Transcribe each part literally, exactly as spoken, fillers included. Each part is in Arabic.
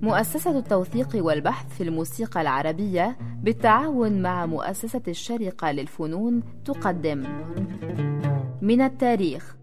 مؤسسة التوثيق والبحث في الموسيقى العربية بالتعاون مع مؤسسة الشرقة للفنون تقدم من التاريخ.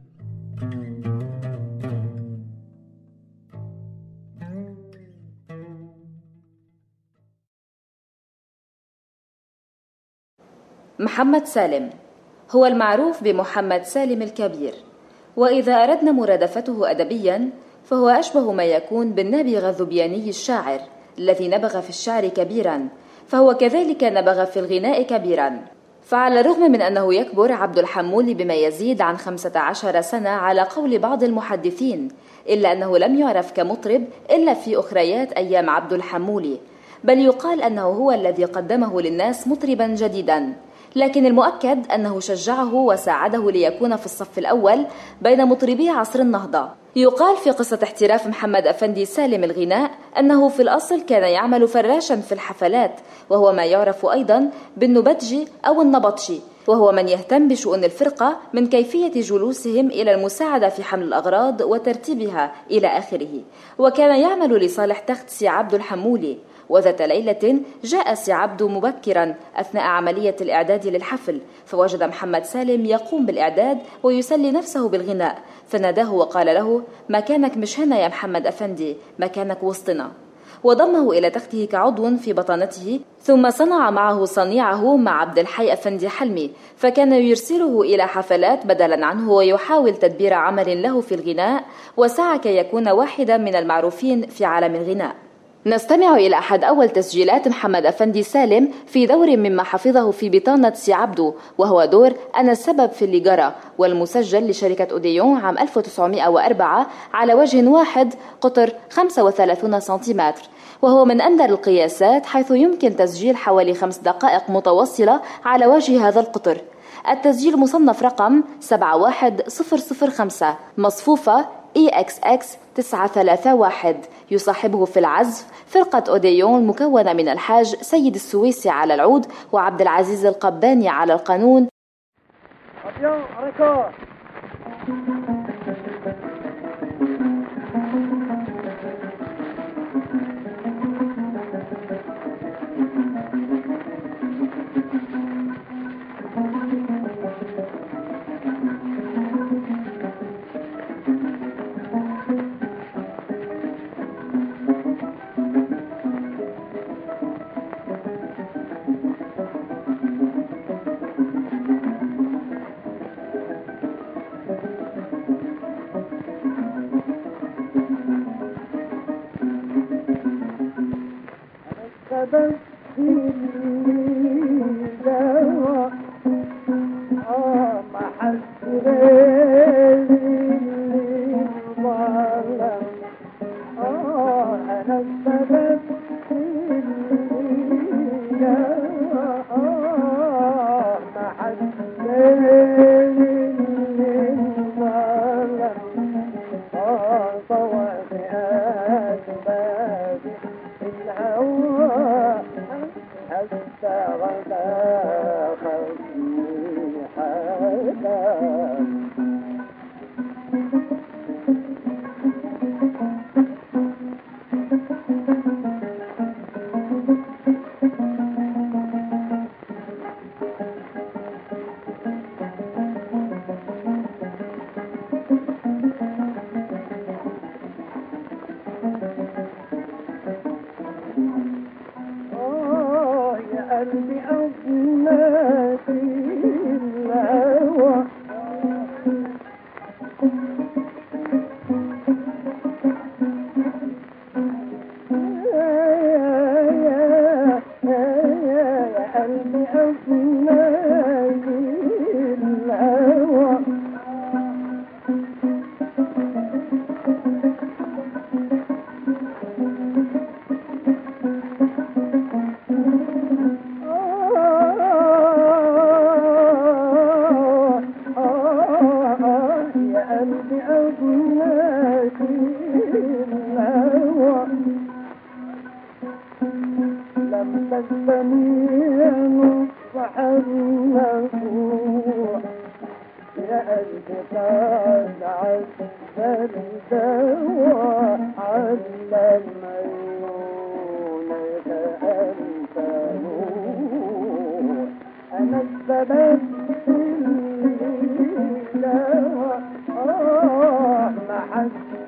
محمد سالم هو المعروف بمحمد سالم الكبير، وإذا أردنا مرادفته أدبياً فهو أشبه ما يكون بالنابغة الذبياني الشاعر الذي نبغ في الشعر كبيراً، فهو كذلك نبغ في الغناء كبيراً. فعلى الرغم من أنه يكبر عبد الحمول بما يزيد عن خمسة عشر سنة على قول بعض المحدثين، إلا أنه لم يعرف كمطرب إلا في أخريات أيام عبد الحمول، بل يقال أنه هو الذي قدمه للناس مطرباً جديداً. لكن المؤكد أنه شجعه وساعده ليكون في الصف الأول بين مطربي عصر النهضة. يقال في قصة احتراف محمد أفندي سالم الغناء أنه في الأصل كان يعمل فراشا في الحفلات، وهو ما يعرف أيضا بالنبطجي أو النبطشي، وهو من يهتم بشؤون الفرقة من كيفية جلوسهم إلى المساعدة في حمل الأغراض وترتيبها إلى آخره. وكان يعمل لصالح تخت سي عبد الحمولي. وذات ليلة جاء سي عبد مبكرا أثناء عملية الإعداد للحفل، فوجد محمد سالم يقوم بالإعداد ويسلي نفسه بالغناء، فناداه وقال له: مكانك مش هنا يا محمد أفندي، مكانك وسطنا. وضمه إلى تخته كعضو في بطانته، ثم صنع معه صنيعه مع عبد الحي أفندي حلمي، فكان يرسله إلى حفلات بدلا عنه ويحاول تدبير عمل له في الغناء، وسعى كي يكون واحدا من المعروفين في عالم الغناء. نستمع إلى أحد أول تسجيلات محمد أفندي سالم في دور مما حفظه في بطانة سي عبدو، وهو دور أنا السبب في اللي جرى، والمسجل لشركة أوديون عام ألف وتسعمائة وأربعة على وجه واحد قطر خمسة وثلاثين سنتيمتر، وهو من أندر القياسات حيث يمكن تسجيل حوالي خمس دقائق متواصلة على وجه هذا القطر. التسجيل مصنف رقم سبعة واحد صفر صفر خمسة، مصفوفة إي إكس إكس تسعة ثلاثة واحد. يصاحبه في العزف فرقة أوديون مكونة من الحاج سيد السويسي على العود وعبد العزيز القباني على القانون. الدواء على الميت عذبت الهوى آه ما حد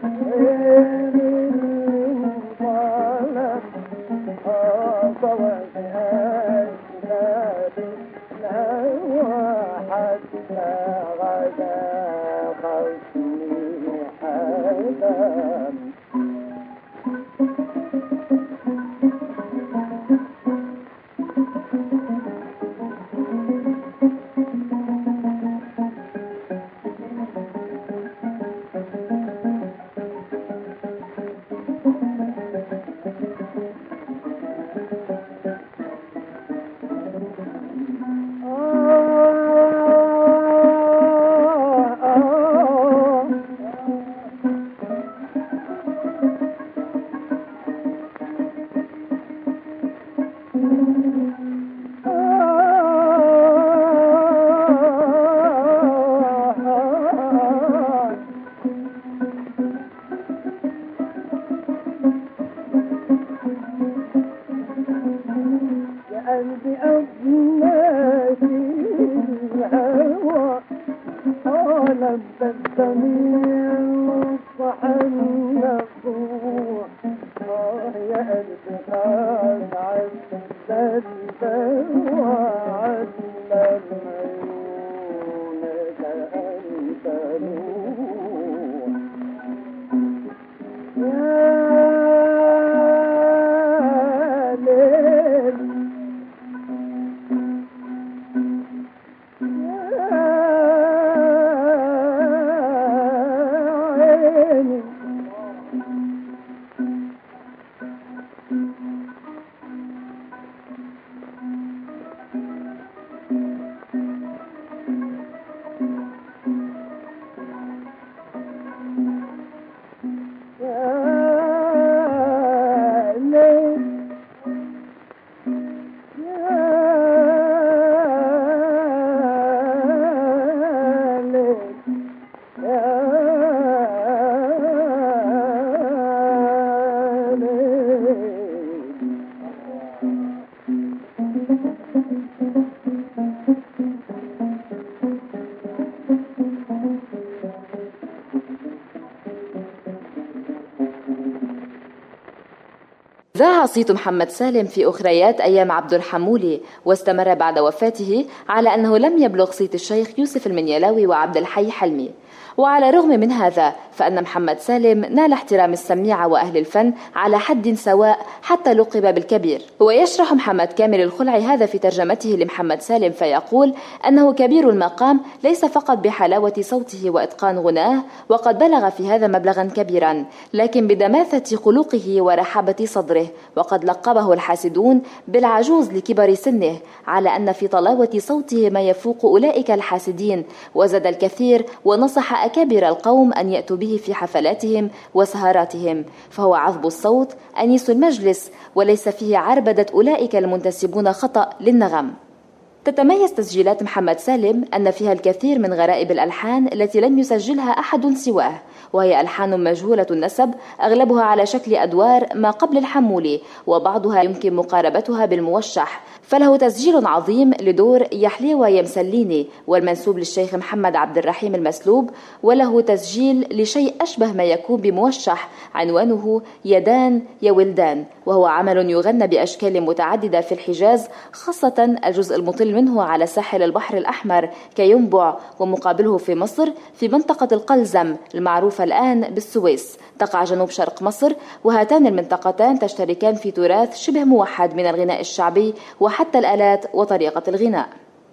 ذاع صيت محمد سالم في أخريات أيام عبد الحمولي، واستمر بعد وفاته على أنه لم يبلغ صيت الشيخ يوسف المنيلاوي وعبد الحي حلمي. وعلى الرغم من هذا فإن محمد سالم نال احترام السميع وأهل الفن على حد سواء حتى لقب بالكبير. ويشرح محمد كامل الخلعي هذا في ترجمته لمحمد سالم فيقول أنه كبير المقام ليس فقط بحلاوة صوته وإتقان غناه، وقد بلغ في هذا مبلغا كبيرا، لكن بدماثة خلقه ورحابة صدره، وقد لقبه الحاسدون بالعجوز لكبر سنه، على أن في طلاوة صوته ما يفوق أولئك الحاسدين. وزاد الكثير ونصح أكابر القوم أن يأتوا به في حفلاتهم وسهراتهم، فهو عذب الصوت أنيس المجلس، وليس فيه عربدة أولئك المنتسبون خطأ للنغم. تتميز تسجيلات محمد سالم أن فيها الكثير من غرائب الألحان التي لم يسجلها أحد سواه، وهي ألحان مجهولة النسب، أغلبها على شكل أدوار ما قبل الحمولي، وبعضها يمكن مقاربتها بالموشح. فله تسجيل عظيم لدور يحلي ويمسليني والمنسوب للشيخ محمد عبد الرحيم المسلوب، وله تسجيل لشيء أشبه ما يكون بموشح عنوانه يدان يا ولدان، وهو عمل يغنى بأشكال متعددة في الحجاز، خاصة الجزء المطل منه على ساحل البحر الأحمر كينبع، ومقابله في مصر في منطقة القلزم المعروفة الآن بالسويس، تقع جنوب شرق مصر. وهاتان المنطقتان تشتركان في تراث شبه موحد من الغناء الشعبي وحتى الآلات وطريقة الغناء.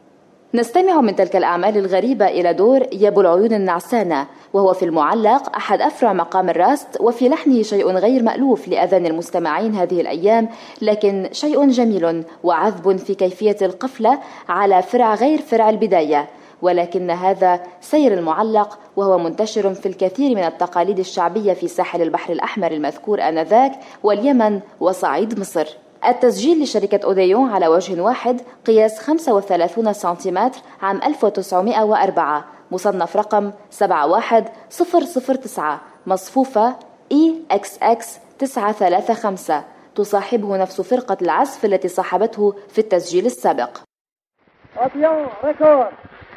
نستمع من تلك الأعمال الغريبة إلى دور يا ابو العيون النعسانة، وهو في المعلق أحد أفرع مقام الراست، وفي لحنه شيء غير مألوف لأذان المستمعين هذه الأيام، لكن شيء جميل وعذب في كيفية القفلة على فرع غير فرع البداية. ولكن هذا سير المعلق، وهو منتشر في الكثير من التقاليد الشعبية في ساحل البحر الأحمر المذكور آنذاك واليمن وصعيد مصر. التسجيل لشركة أوديون على وجه واحد، قياس خمسة وثلاثين سنتيمتر، عام ألف وتسعمائة وأربعة، مصنف رقم سبعة واحد صفر صفر تسعة، مصفوفة إي إكس إكس تسعة ثلاثة خمسة، تصاحبه نفس فرقة العزف التي صاحبته في التسجيل السابق. أبيض ريكورد.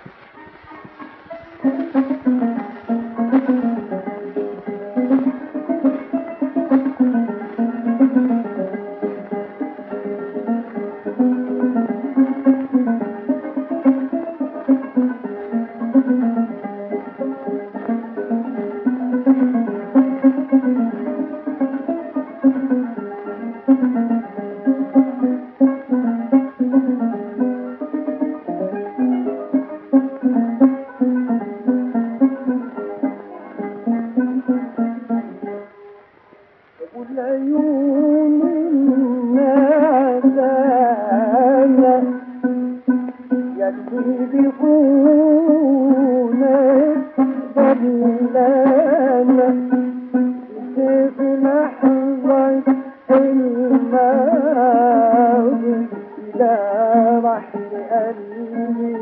والعيون النازلة يلي بيكونك ضلالة كيف لحظة الماضي إذا راح لقلبي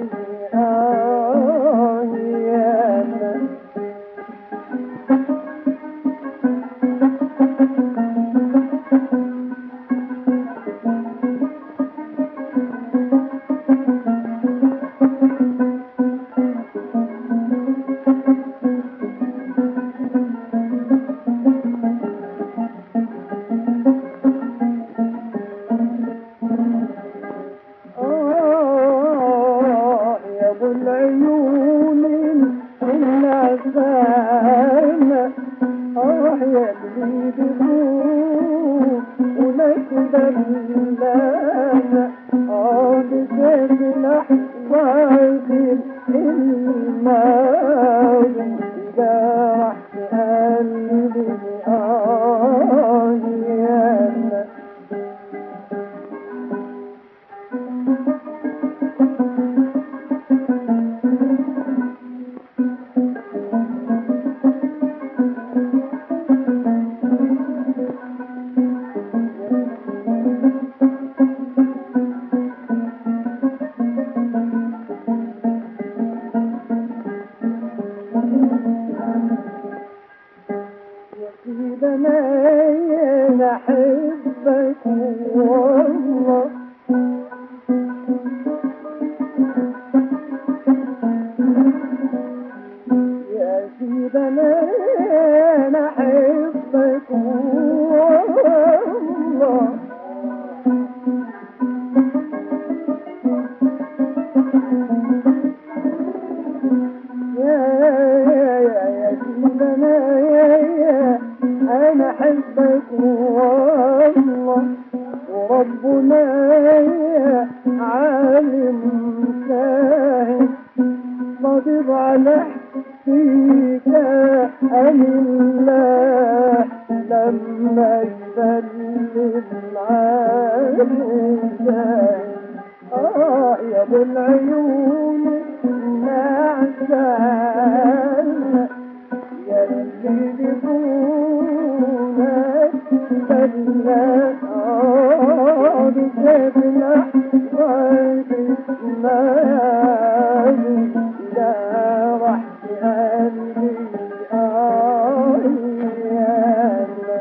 آه يانا. آه يا أبو العيون النعسانة، آه يا اللي بيكون ولك دلانة، آه بسيف لحظات الماضي إذا راح قلبي آه يانا. يا بني أحبك والله، يا سيدنا أنا أحبك والله، يا يا يا سيدنا أنا أحبك والله، وربنا عالم ساهل صادق على فيك أن الله لما يبلغ العالم ساهل. آه يا أبو العيون النعسانة يلي بيكونك بدلك، آه بسيف لحظات الماضي إذا راح قلبي آه يانا.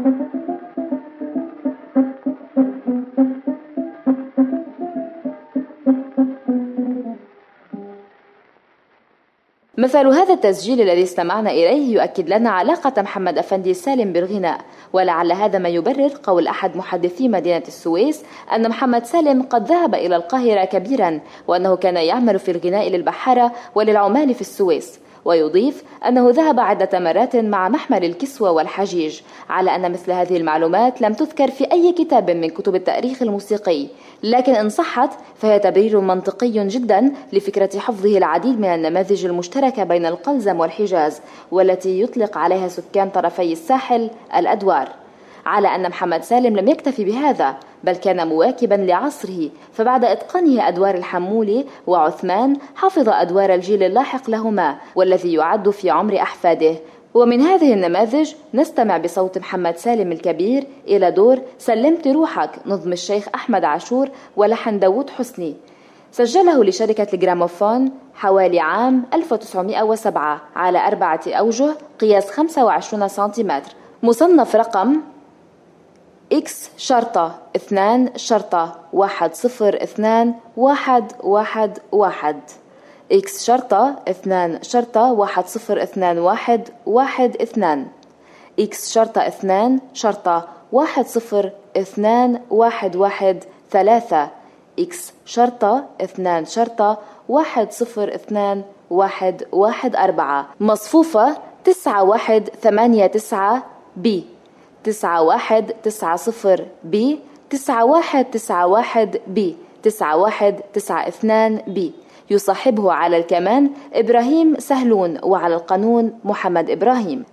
مثل هذا التسجيل الذي استمعنا إليه يؤكد لنا علاقة محمد أفندي سالم بالغناء، ولعل هذا ما يبرر قول أحد محدثي مدينة السويس أن محمد سالم قد ذهب إلى القاهرة كبيرا، وأنه كان يعمل في الغناء للبحارة وللعمال في السويس. ويضيف أنه ذهب عدة مرات مع محمل الكسوة والحجيج، على أن مثل هذه المعلومات لم تذكر في أي كتاب من كتب التاريخ الموسيقي، لكن إن صحت فهي تبرير منطقي جدا لفكرة حفظه العديد من النماذج المشتركة بين القلزم والحجاز، والتي يطلق عليها سكان طرفي الساحل الأدوار. على أن محمد سالم لم يكتفي بهذا، بل كان مواكبا لعصره، فبعد إتقانه أدوار الحمولي وعثمان حفظ أدوار الجيل اللاحق لهما والذي يعد في عمر أحفاده. ومن هذه النماذج نستمع بصوت محمد سالم الكبير إلى دور سلمت روحك، نظم الشيخ أحمد عاشور ولحن داود حسني، سجله لشركة الجراموفون حوالي عام ألف وتسعمائة وسبعة على أربعة أوجه قياس خمسة وعشرين سنتيمتر، مصنف رقم إكس شرطة اثنان شرطة واحد صفر اثنان واحد واحد واحد، إكس شرطة اثنان شرطة واحد صفر اثنان واحد واحد اثنان، إكس شرطة اثنان شرطة واحد صفر اثنان واحد واحد ثلاثة، إكس شرطة اثنان شرطة واحد صفر اثنان واحد واحد أربعة، مصفوفة تسعة واحد ثمانية تسعة بي، تسعة واحد تسعة صفر بي، تسعة واحد تسعة واحد بي، تسعة واحد تسعة اثنان بي. يصاحبه على الكمان إبراهيم سهلون، وعلى القانون محمد إبراهيم.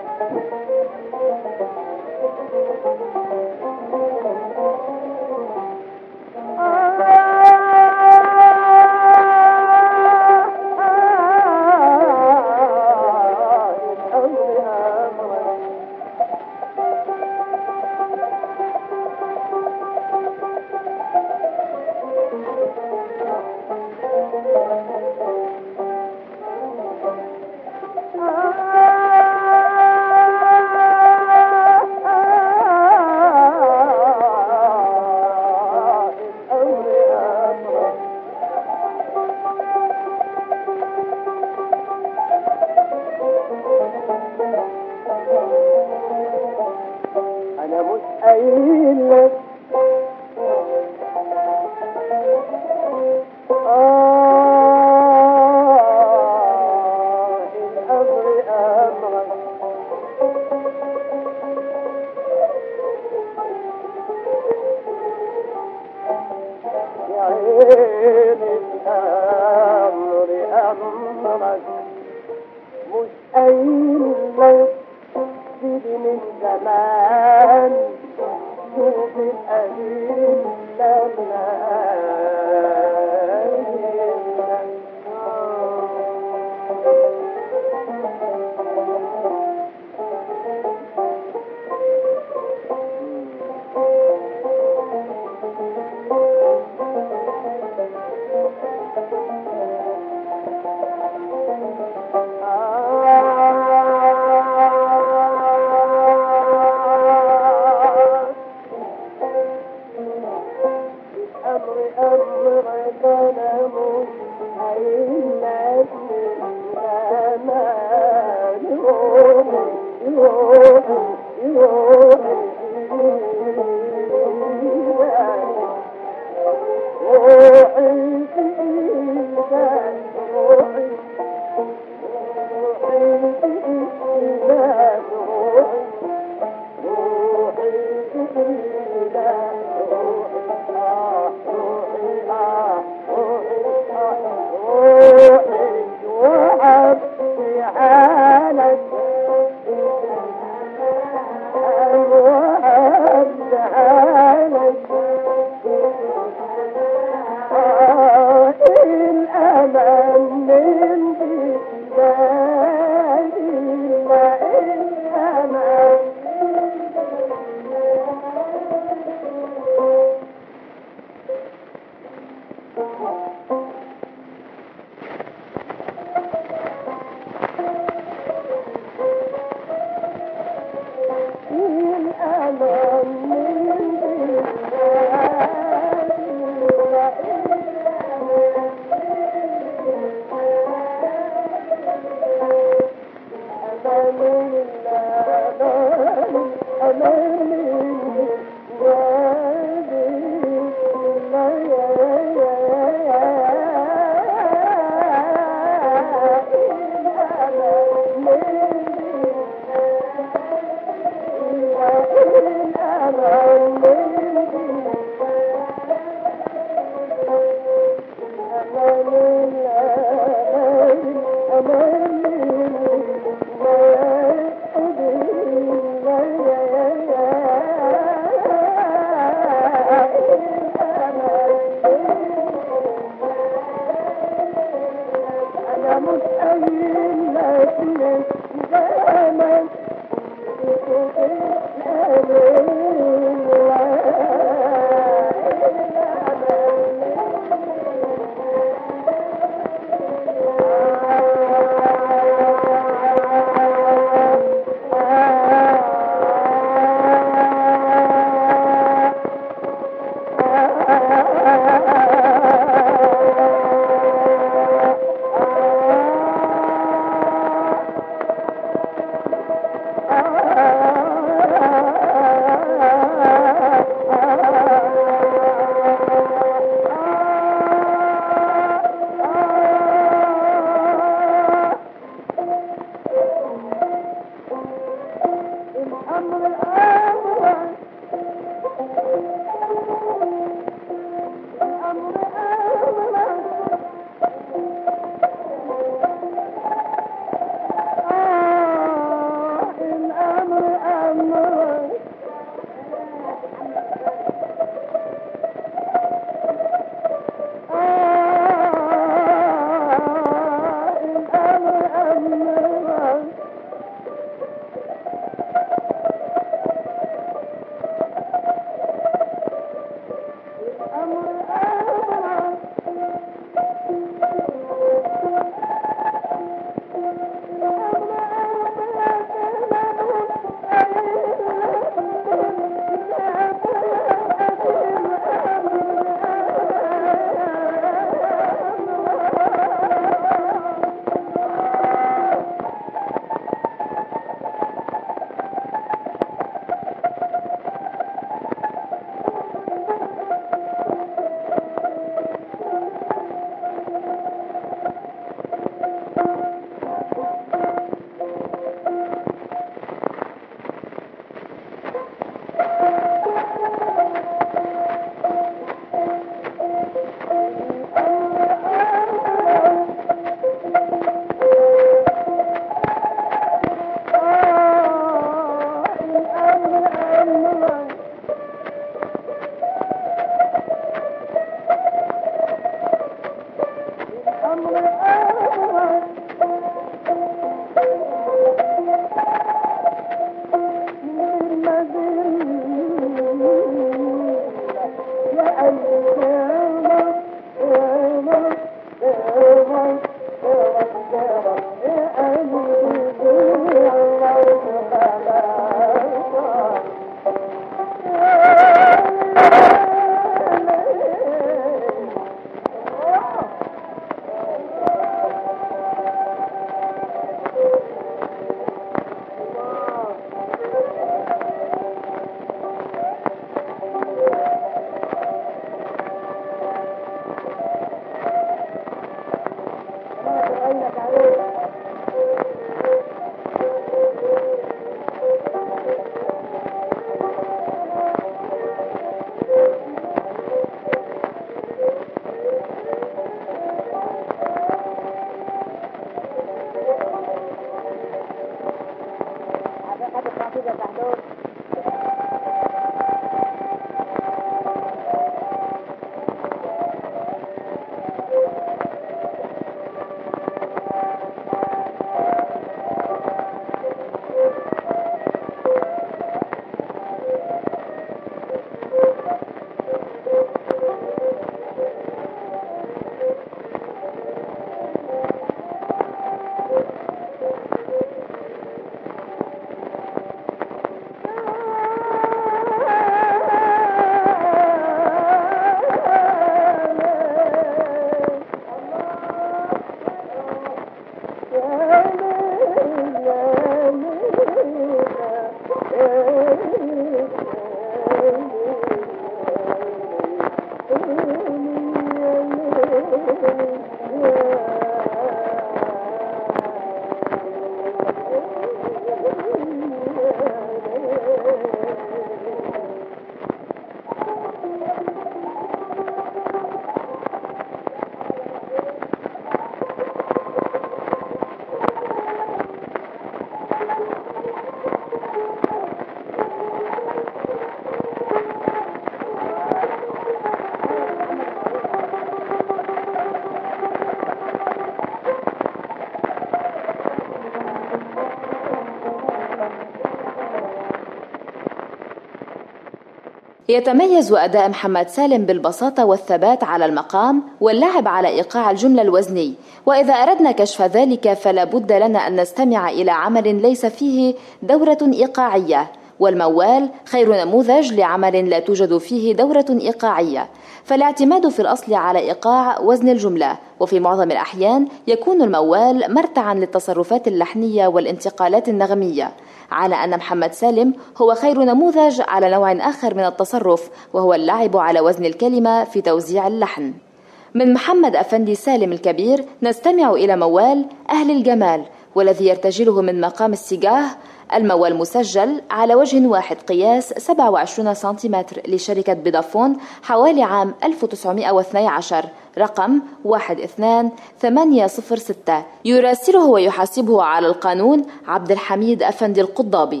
يتميز أداء محمد سالم بالبساطة والثبات على المقام واللعب على إيقاع الجملة الوزني، وإذا أردنا كشف ذلك فلا بد لنا أن نستمع إلى عمل ليس فيه دورة إيقاعية، والموال خير نموذج لعمل لا توجد فيه دورة إيقاعية، فالاعتماد في الأصل على إيقاع وزن الجملة، وفي معظم الأحيان يكون الموال مرتعا للتصرفات اللحنية والانتقالات النغمية، على أن محمد سالم هو خير نموذج على نوع آخر من التصرف، وهو اللعب على وزن الكلمة في توزيع اللحن. من محمد أفندي سالم الكبير نستمع إلى موال أهل الجمال، والذي يرتجله من مقام السجاه، الموال مسجل على وجه واحد قياس سبعة وعشرين سنتيمتر لشركة فودافون حوالي عام ألف وتسعمائة واثني عشر، رقم واحد اثنان ثمانية صفر ستة، يراسله ويحاسبه على القانون عبد الحميد أفندي القضابي.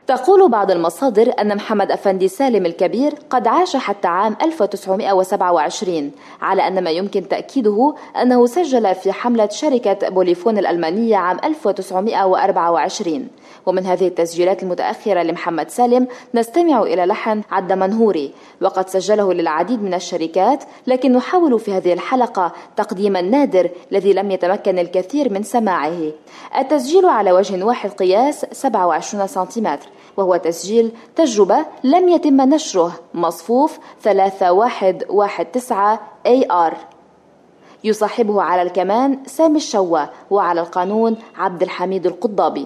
تقول بعض المصادر أن محمد أفندي سالم الكبير قد عاش حتى عام ألف وتسعمائة وسبعة وعشرين، على أن ما يمكن تأكيده أنه سجل في حملة شركة بوليفون الألمانية عام ألف وتسعمائة وأربعة وعشرين. ومن هذه التسجيلات المتأخرة لمحمد سالم نستمع إلى لحن عد منهوري، وقد سجله للعديد من الشركات، لكن نحاول في هذه الحلقة تقديم النادر الذي لم يتمكن الكثير من سماعه. التسجيل على وجه واحد قياس سبعة وعشرين سنتيمتر، وهو تسجيل تجربة لم يتم نشره، مصفوف ثلاثة واحد واحد تسعة إيه آر. يصاحبه على الكمان سامي الشوى، وعلى القانون عبد الحميد القضابي.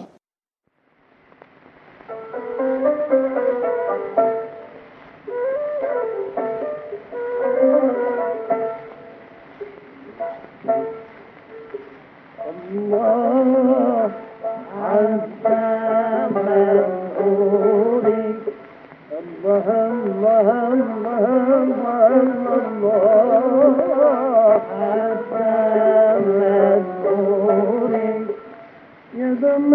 الله عسى منهوري، الله الله الله الله عسى منهوري، يا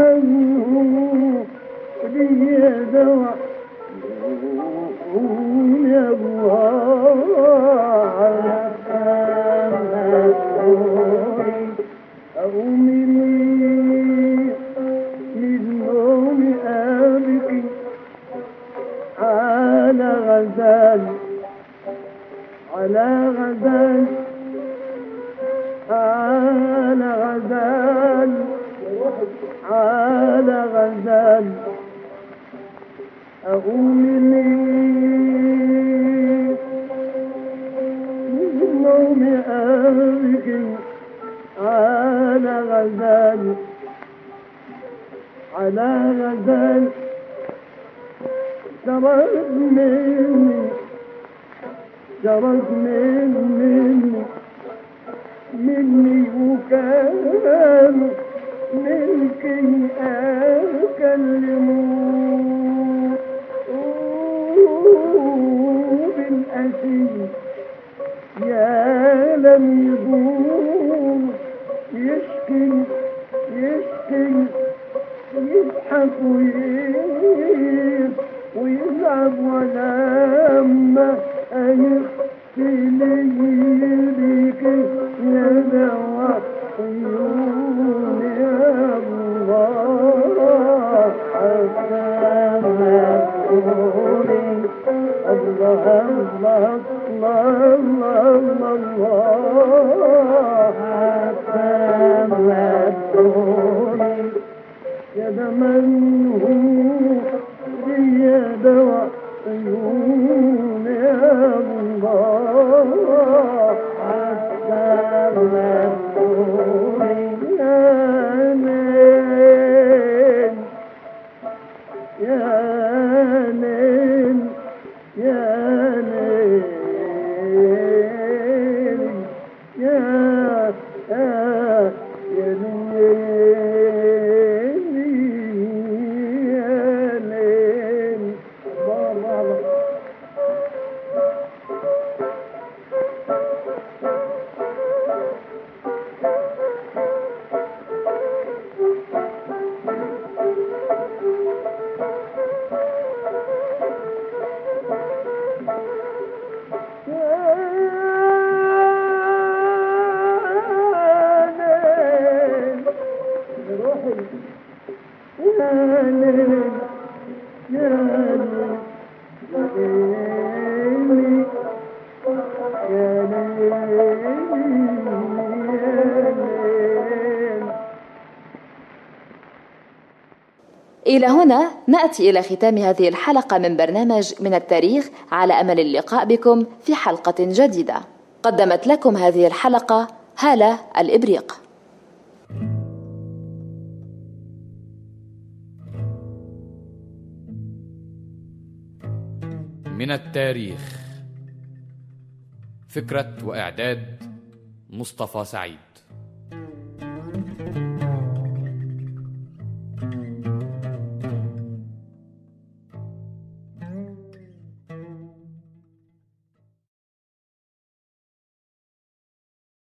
منهوري يا دواء يا الله عسى منهوري، أؤمني من نوم أبكي على غزال على غزال على غزال على غزال أؤمني من نوم أبكي على غزال على غزال جرت مني جرت مني مني وكان ملكي أكلموا بالأسير يا لم يدور يشكي يشكي يضحك ويغير ويلعب ولما يخفي لي بك يا دوا عيون يا الله عسى منهوري، الله الله الله الله عسى منهوري، يا منهوري يا دوا عيون يا الله عسى منهوري، يا ليل يا ليل يا ليل يا يا يا ليل الله الله. إلى هنا نأتي إلى ختام هذه الحلقة من برنامج من التاريخ، على أمل اللقاء بكم في حلقة جديدة. قدمت لكم هذه الحلقة هالة الإبريق. من التاريخ، فكرة وإعداد مصطفى سعيد.